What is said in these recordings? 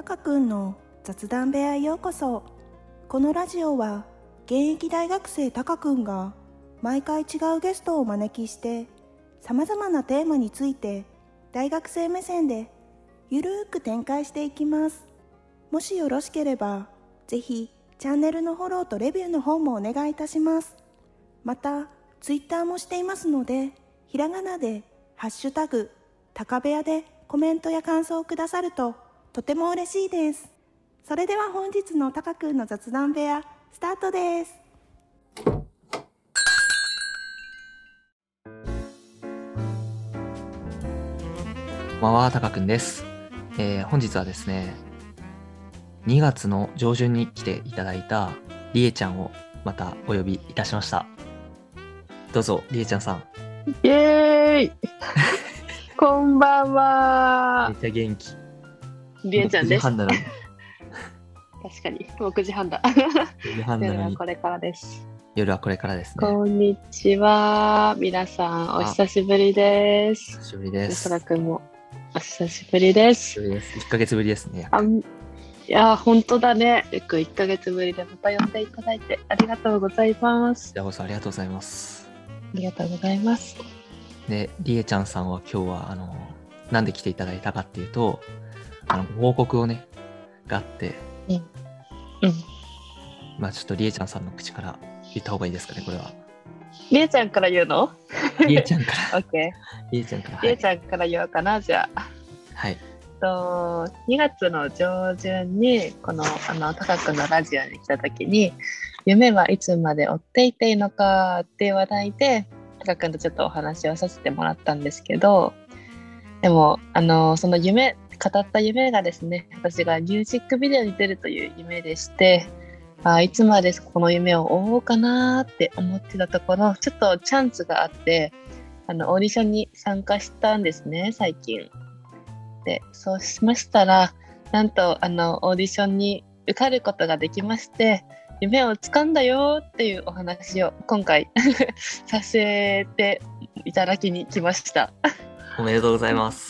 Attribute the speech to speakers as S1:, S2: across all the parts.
S1: たかくんの雑談部屋へようこそ。このラジオは現役大学生たかくんが毎回違うゲストをお招きしてさまざまなテーマについて大学生目線でゆるーく展開していきます。もしよろしければぜひチャンネルのフォローとレビューの方もお願いいたします。またツイッターもしていますので、ひらがなでハッシュタグたか部屋でコメントや感想をくださるととても嬉しいです。それでは本日のたかくんの雑談部屋スタートです。
S2: こんばんは、たかくんです。本日はですね、2月の上旬に来ていただいたりえちゃんをまたお呼びいたしました。どうぞ、りえちゃんさん。
S3: イエーイこんばんは。
S2: めっちゃ元気。
S3: りえちゃんです。
S2: 9時半なのに。
S3: 確かに、もう9時半だ。
S2: 9時半なのに。
S3: 夜はこれからです。
S2: 夜はこれからですね。
S3: こんにちは。皆さん、お久しぶりです。
S2: 久しぶりです。
S3: 吉田くんも、お久しぶりです。
S2: 1ヶ月ぶりですね。
S3: いや、本当だね。約1ヶ月ぶりでまた呼んでいただいてありがとうございます。
S2: こちらこそありがとうございます。
S3: ありがとうございます。
S2: で、りえちゃんさんは今日はなんで来ていただいたかっていうと、ご報告をねがあって、まあちょっとりえちゃんさんの口から言った方がいいですかね、これは。
S3: りえちゃんから言うの？
S2: りえちゃんから。
S3: オッケー。
S2: りえちゃんから。
S3: りえちゃんから言おうかな、じゃあ。
S2: はい。
S3: 2月の上旬にこのたかくんのラジオに来た時に、夢はいつまで追っていていいのかっていう話題でたかくんとちょっとお話をさせてもらったんですけど、でもその夢、語った夢がですね、私がミュージックビデオに出るという夢でして、いつまでこの夢を追おうかなって思ってたところ、ちょっとチャンスがあってオーディションに参加したんですね、最近。で、そうしましたら、なんとオーディションに受かることができまして、夢をつかんだよっていうお話を今回させていただきに来ました。
S2: おめでとうございます。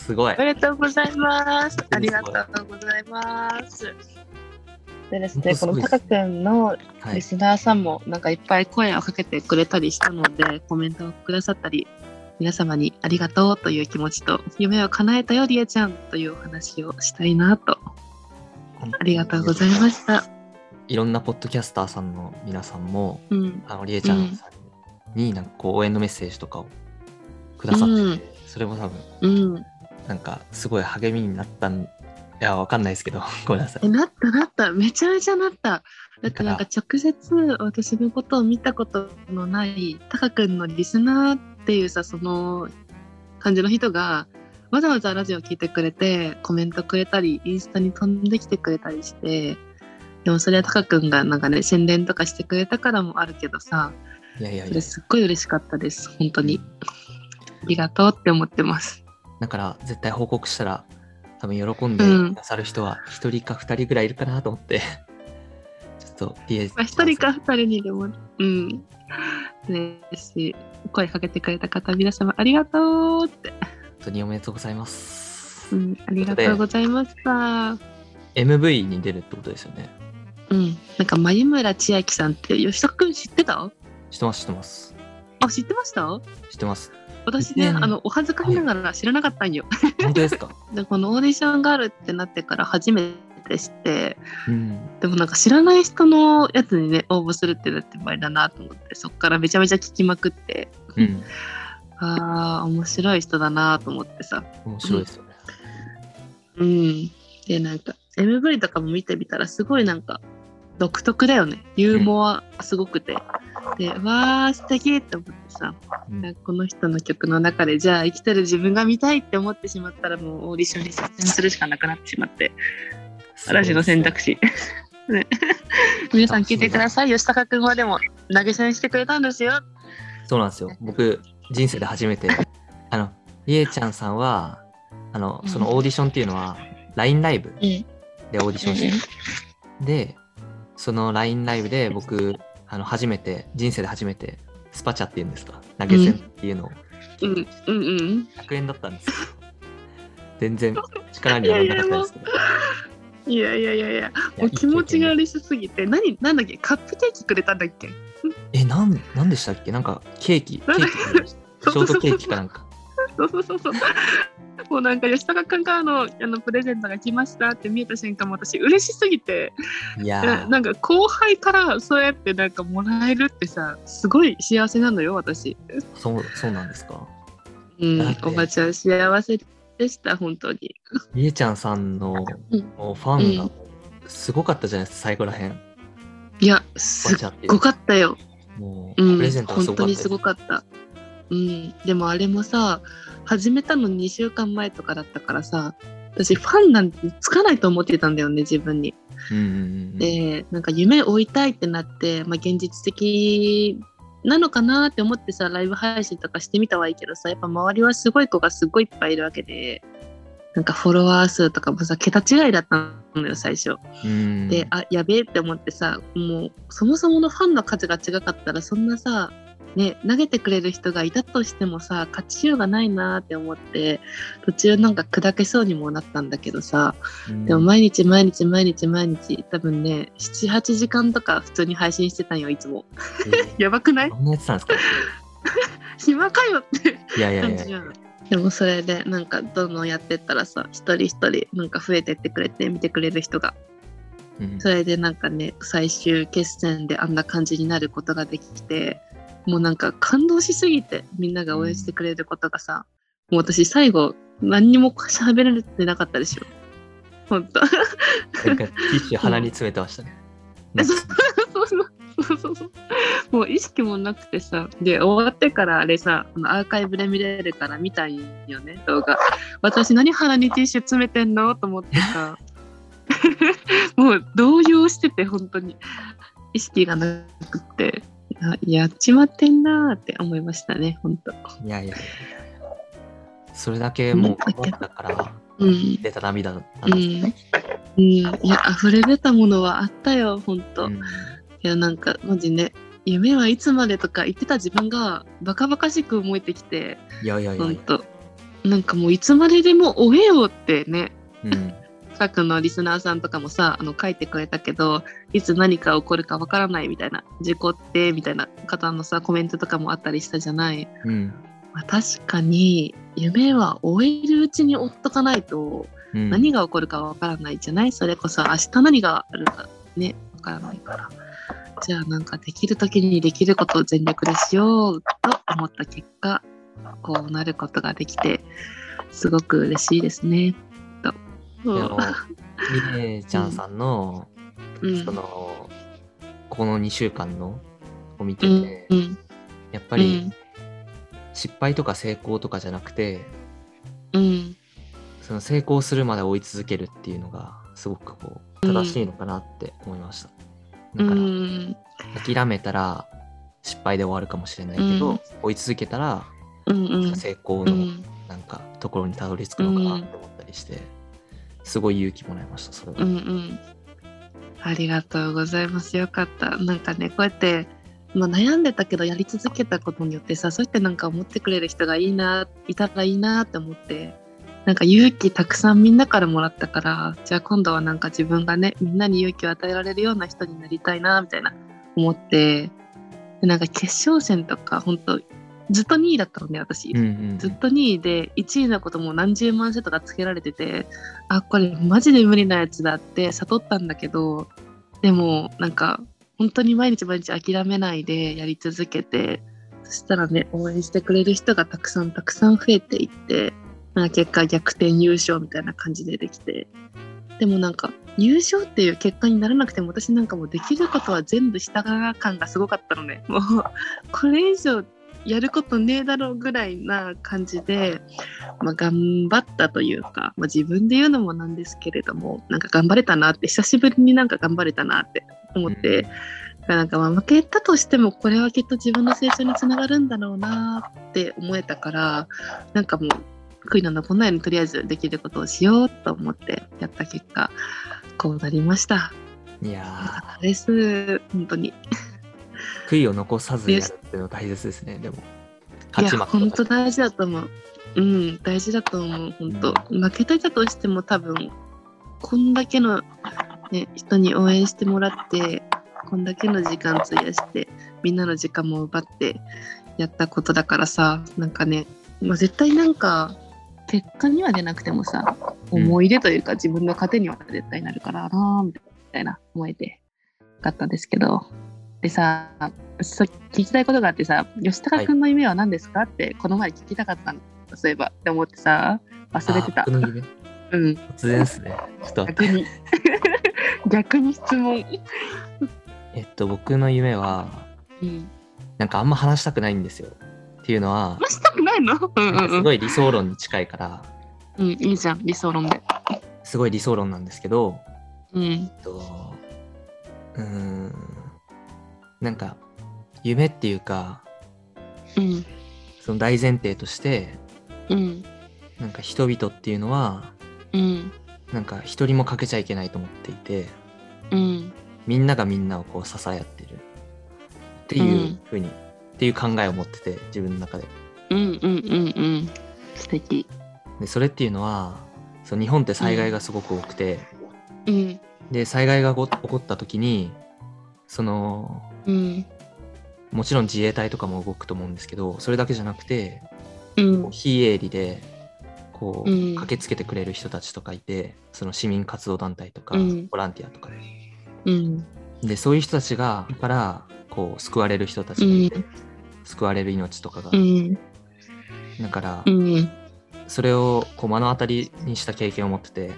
S2: すごい。
S3: おめでとうございます。ありがとうございます。でですね、このたかくんのリスナーさんもなんかいっぱい声をかけてくれたりしたので、コメントをくださったり、皆様にありがとうという気持ちと、夢を叶えたよりえちゃんというお話をしたいなと。ありがとうございました。
S2: いろんなポッドキャスターさんの皆さんも、りえちゃんさんになんかこう応援のメッセージとかをくださってて、それも多分、なんかすごい励みになったん、いやわかんないですけどごめんなさい。
S3: なっためちゃめちゃなった。だってなんか直接私のことを見たことのないたかくんのリスナーっていうさ、その感じの人がわざわざラジオ聞いてくれてコメントくれたりインスタに飛んできてくれたりして、でもそれはたかくんがなんかね宣伝とかしてくれたからもあるけどさ、それすっごい嬉しかったです。本当にありがとうって思ってます。
S2: だから絶対報告したら多分喜んでくださる人は1人か2人ぐらいいるかなと思ってちょっと1
S3: 人か2人にでも嬉しい。声かけてくれた方皆様ありがとうって。
S2: 本当におめでとうございます。
S3: ありがとうございました。
S2: MV に出るってことですよね。
S3: なんか眉村千秋さんって吉田くん知ってた？
S2: 知ってます。
S3: あ、知ってました？
S2: 知ってます。
S3: 私ね、お恥ずかしながら知らなかったんよ。
S2: 本当ですか？
S3: で、このオーディションがあるってなってから初めて知って、でもなんか知らない人のやつにね応募するってなって場合だなと思って、そっからめちゃめちゃ聞きまくって、面白い人だなと思ってさ。
S2: 面白いですよね。
S3: でなんか MV とかも見てみたらすごいなんか独特だよね。ユーモアすごくて、でわー素敵って思ってさ、この人の曲の中でじゃあ生きてる自分が見たいって思ってしまったら、もうオーディションに参戦するしかなくなってしまって、私の選択肢ね、皆さん聞いてください。吉高くんはでも投げ銭してくれたんですよ。
S2: そうなんですよ。僕人生で初めてりえちゃんさんはそのオーディションっていうのは LINE ライブでオーディションして、でその LINE ライブで僕人生で初めてスパチャっていうんですか、投げ銭っていうのを100円だったんですよ。全然力にならなかったですけど
S3: いやいやいやいや、もう気持ちが嬉しすぎて、なんだっけ、カップケーキくれたんだっけ。
S2: なんでしたっけ、なんかケーキショートケーキかなんか。
S3: そう。もうなんか吉高君からのプレゼントが来ましたって見えた瞬間、私嬉しすぎて、
S2: いや
S3: なんか後輩からそうやってなんかもらえるってさ、すごい幸せなのよ私。
S2: そうなんですか。
S3: おばちゃん幸せでした本当に。
S2: りえちゃんさんのファンがすごかったじゃないですか、最後らへん。
S3: いや、すっごかったよ。
S2: もうプレゼントがすごかった。
S3: 本当にすごかった。でもあれもさ、始めたの2週間前とかだったからさ、私ファンなんてつかないと思ってたんだよね、自分に。で、なんか夢を追いたいってなって、現実的なのかなって思ってさ、ライブ配信とかしてみたはいいけどさ、やっぱ周りはすごい子がすごいいっぱいいるわけで、なんかフォロワー数とかもさ、桁違いだったのよ最初。で、やべえって思ってさ、もうそもそものファンの数が違かったら、そんなさね、投げてくれる人がいたとしてもさ、勝ちようがないなって思って、途中なんか砕けそうにもなったんだけどさ、でも毎日多分ね、7、8時間とか普通に配信してたんよ、いつも。やばくない？
S2: どんなやつなんですか？
S3: 暇かよって
S2: 感じやん。
S3: でもそれでなんかどんどんやってったらさ、一人一人なんか増えてってくれて、見てくれる人が。それでなんかね、最終決戦であんな感じになることができて、もうなんか感動しすぎて、みんなが応援してくれることがさ、もう私最後何にも喋れてなかったでしょ。ほんと。なんか
S2: ティッシュ鼻に詰めてましたね。
S3: そうもう意識もなくてさ、で終わってからあれさ、アーカイブで見れるから見たんよね、動画。私何鼻にティッシュ詰めてんのと思ってさもう動揺してて、本当に意識がなくて、やっちまってんなーって思いましたね、本当。
S2: いやそれだけもう思ったから出た涙だったんですね。
S3: いや、溢れ出たものはあったよ、本当。いや、なんかマジね、夢はいつまでとか言ってた自分がバカバカしく思えてきて、本当なんかもういつまででも追えよってね。さっきのリスナーさんとかもさ、書いてくれたけど、いつ何か起こるかわからないみたいな、事故ってみたいな方のさコメントとかもあったりしたじゃない。確かに夢は追えるうちに追っとかないと、何が起こるかわからないじゃない。それこそ明日何があるかね、わからないから。じゃあなんかできる時にできることを全力でしようと思った結果、こうなることができて、すごく嬉しいですね。
S2: でもりえちゃんさんの、そのこの2週間のを見てて、やっぱり失敗とか成功とかじゃなくて、その成功するまで追い続けるっていうのがすごくこう正しいのかなって思いました。だから諦めたら失敗で終わるかもしれないけど、追い続けたら成功のなんかところにたどり着くのかなって思ったりして、すごい勇気もらいました。それは
S3: ありがとうございます。よかった。なんかね、こうやって、悩んでたけどやり続けたことによってさ、そうやってなんか思ってくれる人がいたらいいなって思って、なんか勇気たくさんみんなからもらったから、じゃあ今度はなんか自分がね、みんなに勇気を与えられるような人になりたいなみたいな思って、でなんか決勝戦とか本当ずっと2位だったのね、私。ずっと2位で1位のことも何十万社とかつけられてて、これマジで無理なやつだって悟ったんだけど、でもなんか本当に毎日諦めないでやり続けて、そしたらね、応援してくれる人がたくさん増えていって、結果逆転優勝みたいな感じでできて、でもなんか優勝っていう結果にならなくても、私なんかもうできることは全部した感がすごかったのね。もうこれ以上やることねえだろうぐらいな感じで、頑張ったというか、自分で言うのもなんですけれども、なんか頑張れたなって、久しぶりになんか頑張れたなって思って、なんか負けたとしてもこれはきっと自分の成長につながるんだろうなって思えたから、なんかもう悔いの残らないようにとりあえずできることをしようと思ってやった結果、こうなりました。
S2: いや
S3: ーです本当に。
S2: 悔いを残さずやるっていうのは大切ですね。でも
S3: 勝ち負け、いや本当大事だと思う。大事だと思う。本当、負けてたとしても多分こんだけの、ね、人に応援してもらってこんだけの時間費やしてみんなの時間も奪ってやったことだからさ、なんかね、絶対なんか結果には出なくてもさ、思い出というか自分の糧には絶対なるからなみたいな思えてよかったんですけど、でさ、聞きたいことがあってさ、吉高くんの夢は何ですかってこの前聞きたかったの、そういえばって思ってさ忘れてた。
S2: 僕の夢、突然ですね。ちょっと
S3: 逆に逆に質問。
S2: 僕の夢は、なんかあんま話したくないんですよ。っていうのは、
S3: 話したくないの？
S2: すごい理想論に近いから、
S3: いいじゃん、理想論で。
S2: すごい理想論なんですけど、なんか夢っていうか、その大前提として、なんか人々っていうのは、なんか一人も欠けちゃいけないと思っていて、みんながみんなをこう支え合ってるっていう風に、っていう考えを持ってて、自分の中で。
S3: 素敵。
S2: でそれっていうのは、日本って災害がすごく多くて、で災害が起こった時にもちろん自衛隊とかも動くと思うんですけど、それだけじゃなくて、非営利でこう駆けつけてくれる人たちとかいて、その市民活動団体とか、ボランティアとかで、でそういう人たちからこう救われる人たちがいて、救われる命とかが、だから、それをこう目の当たりにした経験を持ってて、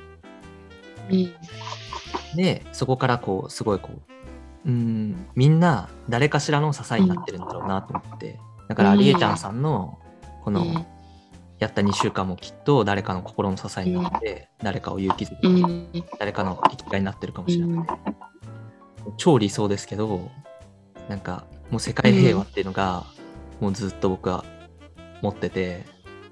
S2: でそこからこうすごいこうみんな誰かしらの支えになってるんだろうなと思って、だからりえちゃんさんのこのやった2週間もきっと誰かの心の支えになって、誰かを勇気づけて、誰かの生きがいになってるかもしれない、超理想ですけど、なんかもう世界平和っていうのがもうずっと僕は持ってて、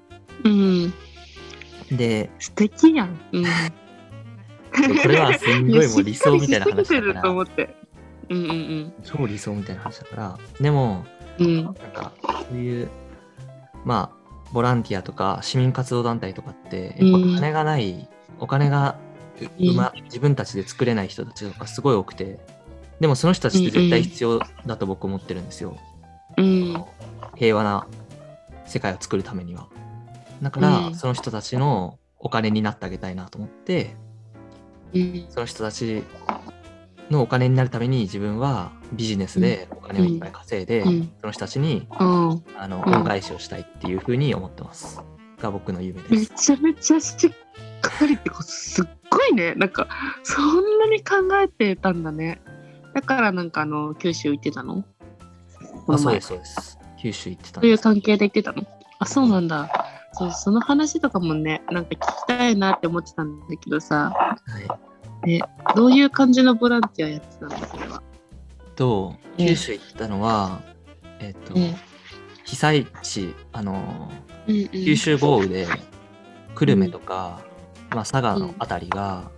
S2: で
S3: 素敵やん、
S2: これはすんごいもう理想みたいな話だから超理想みたいな話だから、でも、なんかそういうまあボランティアとか市民活動団体とかってやっぱ金がない、お金が自分たちで作れない人たちとかすごい多くて、でもその人たちって絶対必要だと僕思ってるんですよ、平和な世界を作るためには。だから、その人たちのお金になってあげたいなと思って、その人たちのお金になるために自分はビジネスでお金をいっぱい稼いで、その人たちに、恩返しをしたいっていうふうに思ってますが僕の夢です。
S3: めちゃめちゃしっかりってすっごいね。なんかそんなに考えてたんだね。だからなんか九州行ってたの？
S2: そうですそうです。九州行ってたんです。
S3: そういう関係で行ってたの？そうなんだ。その話とかもね、なんか聞きたいなって思ってたんだけどさ、どういう感じのボランティアやってたのそれは？
S2: 九州行ったのは、被災地、九州豪雨で久留米とか、佐賀のあたりが、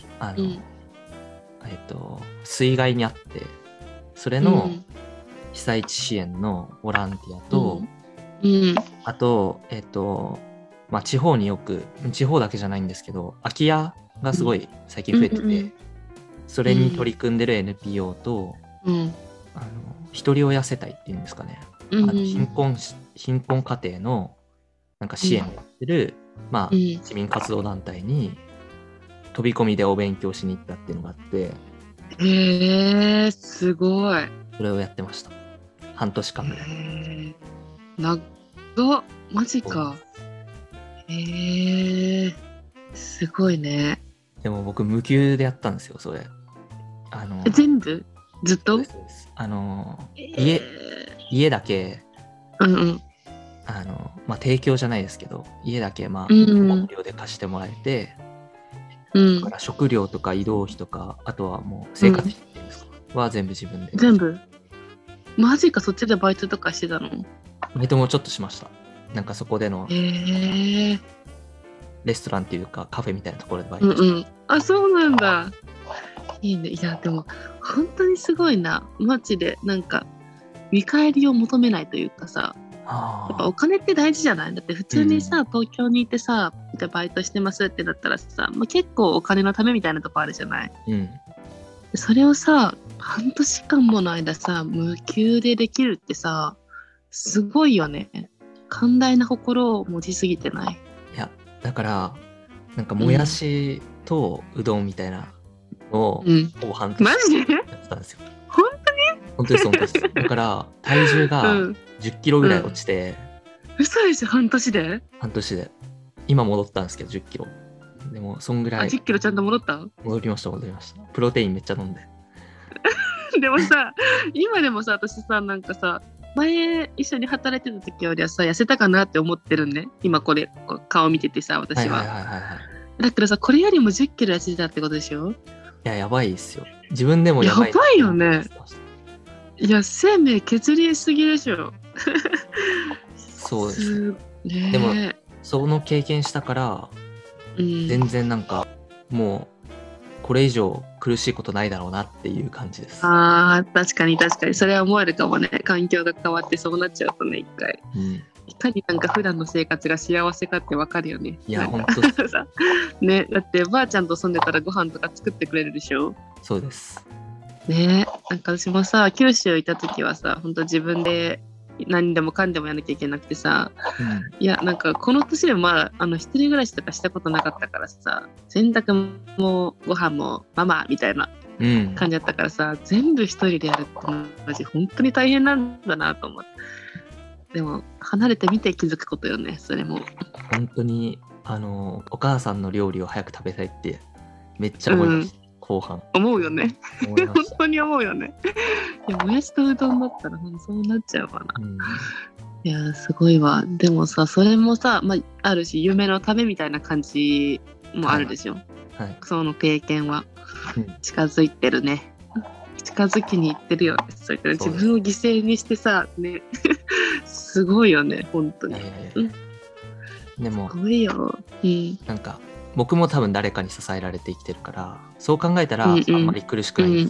S2: 水害にあって、それの被災地支援のボランティアと、あと、地方によく、地方だけじゃないんですけど、空き家がすごい最近増えてて、それに取り組んでる NPO と、一人親世帯っていうんですかね、貧困家庭のなんか支援をやってる、市民活動団体に飛び込みでお勉強しに行ったっていうのがあって、
S3: すごい。
S2: それをやってました。半年間ぐらい。
S3: マジか。すごいね。
S2: でも僕無給でやったんですよそれ。
S3: 全部ずっと？
S2: 家だけ、提供じゃないですけど、家だけ無料で貸してもらえて、だから食料とか移動費とか、あとはもう生活費っていうんですか、は全部自分で。
S3: 全部？マジか。そっちでバイトとかしてたの？
S2: バイトもちょっとしました。なんかそこでのレストランっていうかカフェみたいなところでバイトして。
S3: そうなんだ。いいね。いやでも本当にすごいな。マジでなんか見返りを求めないというかさ、 やっぱお金って大事じゃない？だって普通にさ、東京にいてさでバイトしてますってなったらさ、結構お金のためみたいなとこあるじゃない？それをさ半年間もの間さ無給でできるってさすごいよね。寛大な心を持ちすぎてない？
S2: いやだからなんかもやしとうどんみたいなのをほぼ半年
S3: マジで
S2: やってたんですよ。
S3: 本
S2: 本当ですだから体重が10キロぐらい落ちて、
S3: 嘘でしょ？半年で
S2: 今戻ったんですけど10キロでもそんぐらい。
S3: 10キロちゃんと戻った？
S2: 戻りましたプロテインめっちゃ飲んで
S3: でもさ今でもさ私さなんかさ前一緒に働いてた時よりはさ痩せたかなって思ってるね今これ顔見ててさ私は、だからさこれよりも10キロ痩せてたってことでしょ？
S2: いややばいですよ。自分でもやば
S3: いよね。いや生命削りすぎでしょ
S2: そうですね。でもその経験したから、全然なんかもうこれ以上苦しいことないだろうなっていう感じです。
S3: 確かにそれは思えるかもね。環境が変わってそうなっちゃうとね一回、いかになんか普段の生活が幸せかってわかるよね。
S2: いや本当
S3: さね、だってばあちゃんと住んでたらご飯とか作ってくれるでしょ？
S2: そうです
S3: ね。なんか私もさ九州いた時はさ本当自分で何でもかんでもやんなきゃいけなくてさ、いやなんかこの年でも一人暮らしとかしたことなかったからさ洗濯もご飯もママみたいな感じだったからさ、全部一人でやるってマジ本当に大変なんだなと思って。でも離れてみて気づくことよね。それも
S2: 本当にお母さんの料理を早く食べたいってめっちゃ思いました、後半
S3: 思うよね本当に思うよね。いやもやしとうどんだったらそうなっちゃうかな、いやすごいわ。でもさそれもさ、あるし夢のためみたいな感じもあるでしょ、その経験は、近づいてるね。近づきにいってるよね。それから自分を犠牲にしてさねすごいよね本当に。
S2: でも
S3: すごいよ、
S2: なんか僕も多分誰かに支えられて生きてるからそう考えたら、あんまり苦しくないんです、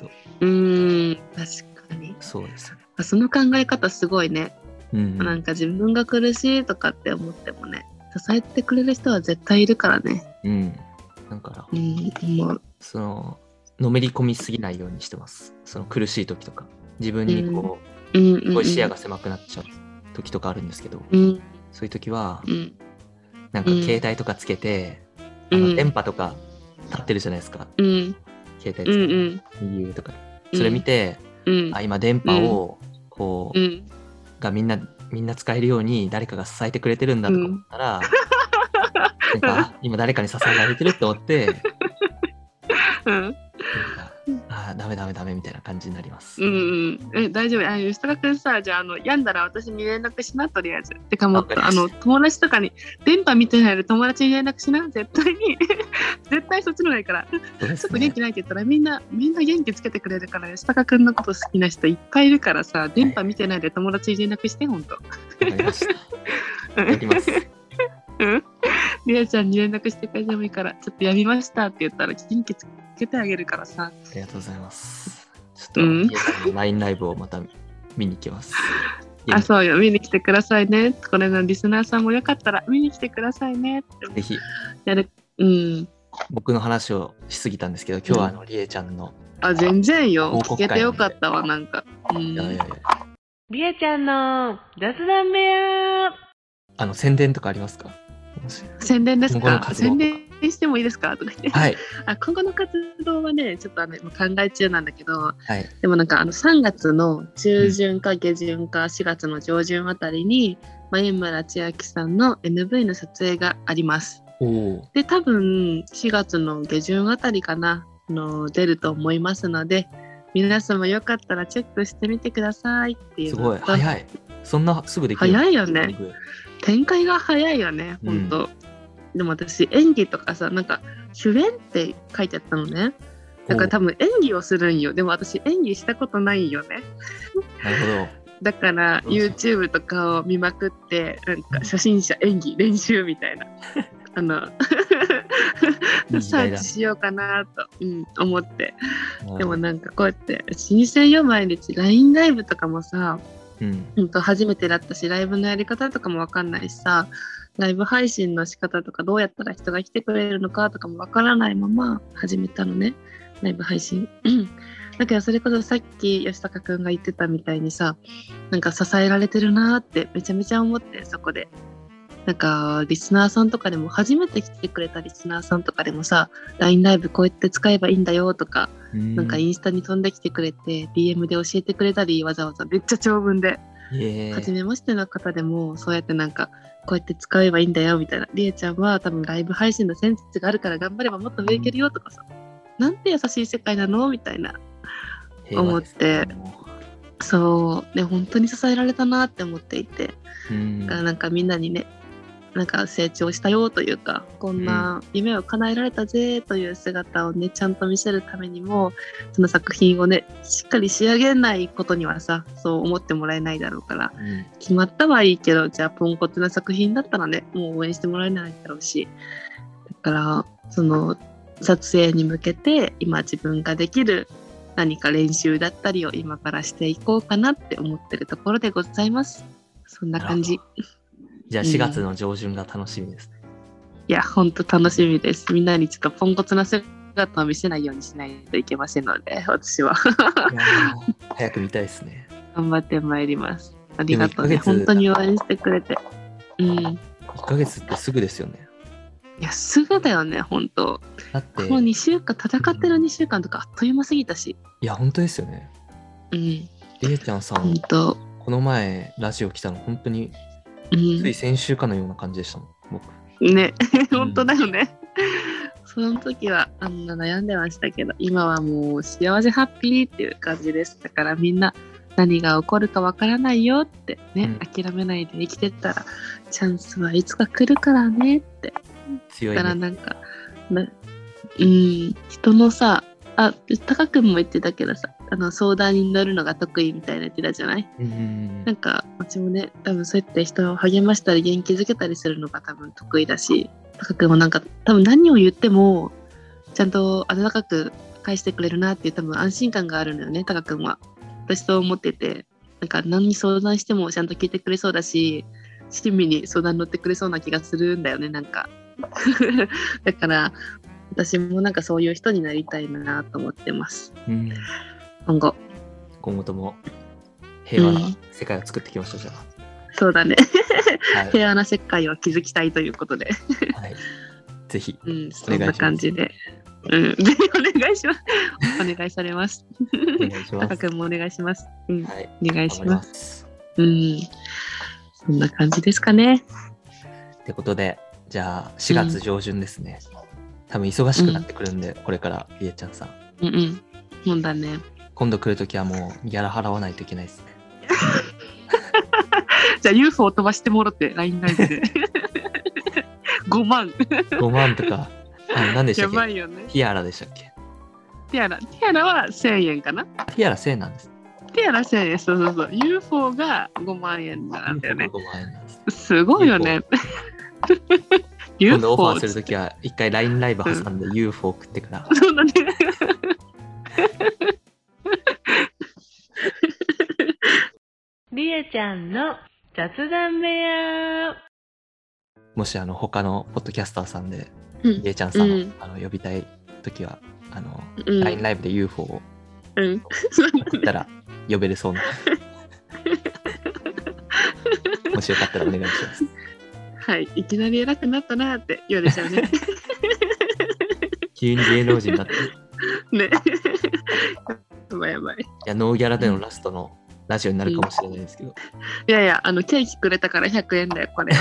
S3: きっと。確かに
S2: そうですね。
S3: その考え方すごいね、なんか自分が苦しいとかって思ってもね支えてくれる人は絶対いるからね。
S2: だから、そののめり込みすぎないようにしてます。その苦しい時とか自分にこう、すごい視野が狭くなっちゃう時とかあるんですけど、そういう時は、なんか携帯とかつけて、電波とか立ってるじゃないですか、携帯つけて、右上とかそれ見て、今電波をこう、がみんな使えるように誰かが支えてくれてるんだとか思ったら、なんか今誰かに支えられてるって思ってダメみたいな感じになります。
S3: 大丈夫。吉高くんさ、じゃあ病んだら私に連絡しな、とりあえず。てかもっと友達とかに電波見てないで友達に連絡しな、絶対に絶対そっちの方がいいから、ちょっと元気ないって言ったらみんな元気つけてくれるから。吉高くんのこと好きな人いっぱいいるからさ、電波見てないで友達に連絡して、ほんと。わ
S2: かりました。やります。
S3: りあちゃんに連絡してくれてもいいから、ちょっとやみましたって言ったら元気つけてあげるからさ。
S2: ありがとうございます。ちょっとりあちゃんの LINE ライブをまた見に行きます。
S3: そうよ、見に来てくださいね。これのリスナーさんもよかったら見に来てくださいね。
S2: ぜひ。
S3: やる。
S2: 僕の話をしすぎたんですけど、今日はりえちゃんの
S3: 全然よ、聞けてよかったわ。なんか
S1: りえちゃんの雑談部屋。
S2: 宣伝とかありますか？
S3: 宣伝ですか？宣伝してもいいですかとか言って、今後の活動はねちょっと考え中なんだけど、でもなんか3月の中旬か下旬か4月の上旬あたりに眉村千秋さんの MV の撮影があります。で多分4月の下旬あたりかな出ると思いますので、皆様よかったらチェックしてみてくださいっていう。
S2: すごい早い。そんなすぐできる？
S3: 早いよね。展開が早いよね、ほんと。でも私演技とかさ、なんか主演って書いてあったのね。だから多分演技をするんよ。でも私演技したことないよね。
S2: なるほど。
S3: だから YouTube とかを見まくって、なんか初心者演技練習みたいなサーチしようかなと、思って。でもなんかこうやって老舗よ毎日 LINE ライブとかもさ初めてだったし、ライブのやり方とかも分かんないしさ、ライブ配信の仕方とかどうやったら人が来てくれるのかとかも分からないまま始めたのね、ライブ配信。だけどそれこそさっき吉高くんが言ってたみたいにさ、なんか支えられてるなーってめちゃめちゃ思って、そこでなんかリスナーさんとかでも、初めて来てくれたリスナーさんとかでもさ、 LINE ライブこうやって使えばいいんだよとか、なんかインスタに飛んできてくれて DM で教えてくれたり、わざわざめっちゃ長文で、初めましての方でもそうやってなんかこうやって使えばいいんだよみたいな、りえちゃんは多分ライブ配信のセンスがあるから頑張ればもっと上いけるよとかさ、なんて優しい世界なのみたいな思って、そうね、本当に支えられたなって思っていて、だからなんかみんなにね、なんか成長したよというか、こんな夢を叶えられたぜという姿をね、ちゃんと見せるためにも、その作品をねしっかり仕上げないことにはさ、そう思ってもらえないだろうから、決まったはいいけど、じゃあポンコツな作品だったらね、もう応援してもらえないだろうし、だからその撮影に向けて今自分ができる何か練習だったりを今からしていこうかなって思ってるところでございます。そんな感じ。
S2: じゃあ4月の上旬が楽しみですね。
S3: いや、ほんと楽しみです。みんなにちょっとポンコツな姿を見せないようにしないといけませんので、私は
S2: 早く見たいですね。
S3: 頑張ってまいります。ありがとうね、本当に応援してくれて。
S2: 1ヶ月ってすぐですよね。
S3: いや、すぐだよね、本当。
S2: だって
S3: もう2週間、戦ってる2週間とかあっという間すぎたし。
S2: いや、本当ですよね。りえちゃんさん、
S3: 本当
S2: この前ラジオ来たの本当につい先週かのような感じでしたもん、僕。
S3: ね、本当だよね。その時はあんな悩んでましたけど、今はもう幸せハッピーっていう感じです。だからみんな何が起こるかわからないよってね、諦めないで生きてったらチャンスはいつか来るからねって。
S2: 強いね。
S3: だからなんか人のさ、タカ君も言ってたけどさ、相談に乗るのが得意みたいな言ってたじゃない？なんか私もね、多分そうやって人を励ましたり元気づけたりするのが多分得意だし、タカ君もなんか多分何を言ってもちゃんと温かく返してくれるなっていう多分安心感があるのよね、タカ君は。私そう思ってて、なんか何に相談してもちゃんと聞いてくれそうだし、親身に相談乗ってくれそうな気がするんだよね、なんかだから私もなんかそういう人になりたいなと思ってます。今後
S2: とも平和な世界を作っていきましょう、じゃあ。
S3: そうだね、
S2: はい、
S3: 平和な世界を築きたいということで、
S2: はい、ぜひ、
S3: そんな感じで、ぜひお願いします。お願いされます。タカ君もお願いします。はい、お願いします。そんな感じですかね。
S2: ってことで、じゃあ4月上旬ですね。多分忙しくなってくるんで、これからりえちゃんさん。
S3: そうだね。
S2: 今度来るときはもうギャラ払わないといけないですね。
S3: じゃあ UFO 飛ばしてもろって LINE ライブで5万
S2: とか、何でしたっけ？
S3: やばいよね。
S2: ティアラでしたっけ？テ
S3: ィアラは1000円かな。
S2: ティアラ1000円なんです。
S3: ティアラ1000円、そう。UFO が5万円なんだよね。
S2: 5万円なんです。
S3: すごいよね。
S2: 今度オファーするときは一回 LINE ライブ挟んで UFO 送ってから。
S3: そうだね。りえちゃんの雑談部屋。
S2: もし他のポッドキャスターさんでりえちゃんさん呼びたいときはLINE ライブで UFO を送ったら呼べるそうな。もしよかったらお願いします。
S3: はい、いきなり偉くなったなって言われちゃうね。
S2: 急に芸能人になって
S3: ね。やばい。
S2: いや、ノーギャラでのラストのラジオになるかもしれないですけど。
S3: いやいや、ケーキくれたから100円だよ、これ。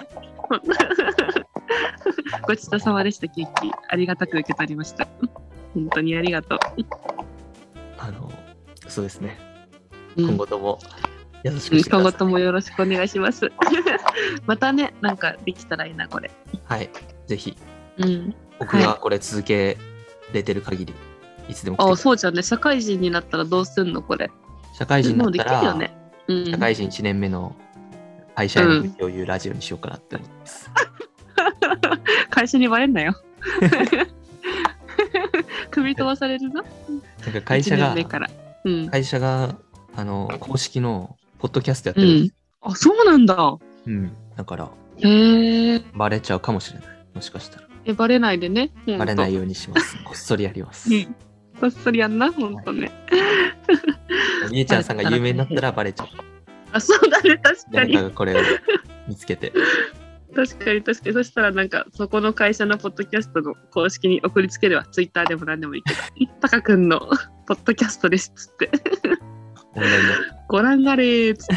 S3: ごちそうさまでした、ケーキ。ありがたく受け取りました。本当にありがとう。
S2: そうですね。今後ともよろしくしてください。
S3: 今後ともよろしくお願いします。またね、なんかできたらいいな、これ。
S2: はい、ぜひ。僕がこれ続けれてる限り、いつでも来てください。
S3: そうじゃね。社会人になったらどうすんの、これ。
S2: 社会人になったら、社会人1年目の会社への共有ラジオにしようかなって思ってます。
S3: 会社にバレんなよ。首飛ばされるぞ。
S2: なんか会社が公式のポッドキャストやって
S3: う
S2: る。
S3: ん。あ、そうなんだ。
S2: だから、
S3: へえ。
S2: バレちゃうかもしれない。もしかしたら。
S3: バレないでね。
S2: バレないようにします。こっそりやります。
S3: うん。こっそりやんな、ほんとね。
S2: りえちゃんさんが有名になったらバレちゃう。
S3: あ、そうだね、確か
S2: 誰
S3: に。
S2: かがこれを見つけて。
S3: 確かに。そしたらなんかそこの会社のポッドキャストの公式に送りつけるわ。ツイッターでも何でもいいけど。タカ君のポッドキャストですっつって。
S2: オンラインの
S3: ご覧あれーっつって。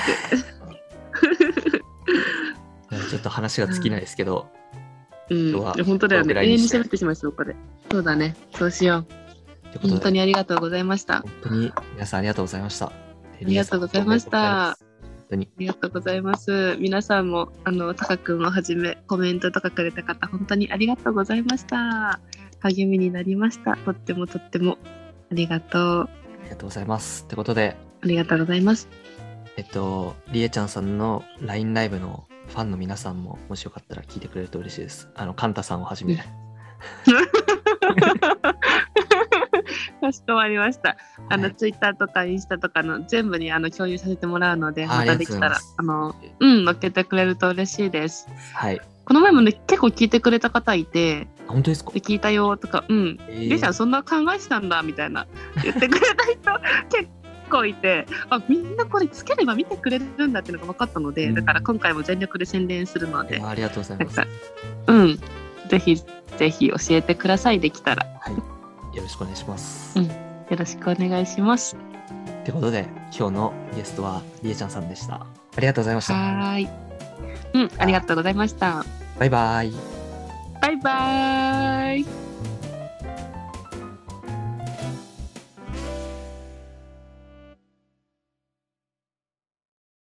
S2: ちょっと話が尽きないですけど、
S3: うん。
S2: 今日は
S3: 本当だよね。永遠に
S2: これぐらいにして
S3: 喋ってしまいそう、これ。そうだね。そうしよう。
S2: ということで
S3: 本当にありがとうございました。あ
S2: 本当に皆さんありがとうございました。あ
S3: りがとうございました。
S2: 本当に
S3: りがとうございます。皆さんもタカ君をはじめコメントとかくれた方本当にありがとうございました。励みになりました。とってもありがとう。
S2: ありがとうございます。ってことで、
S3: ありがとうございます。
S2: りえちゃんさんの LINE ライブのファンの皆さんももしよかったら聞いてくれると嬉しいです。カンタさんをはじめ。
S3: かしこまりました。
S2: はい
S3: ツイッターとかインスタとかの全部に共有させてもらうので、
S2: あ
S3: またできたら
S2: ありがとうござい
S3: 載っけてくれると嬉しいです。
S2: はい。
S3: この前もね結構聞いてくれた方いて、
S2: 本当ですか？
S3: で聞いたよとか、りえちゃんそんな考えてたんだみたいな言ってくれた人結構いて、あ、みんなこれつければ見てくれるんだっていうのが分かったので、だから今回も全力で宣伝するので、
S2: ありがとうございます。
S3: なんかぜひぜひ教えてください、できたら。
S2: はい。よろしくお願いします。
S3: よろしくお願いします。
S2: ってことで、今日のゲストはりえちゃんさんでした。ありがとうございました。
S3: はーい。ありがとうございました。
S2: バイバイ。
S3: バイバーイ。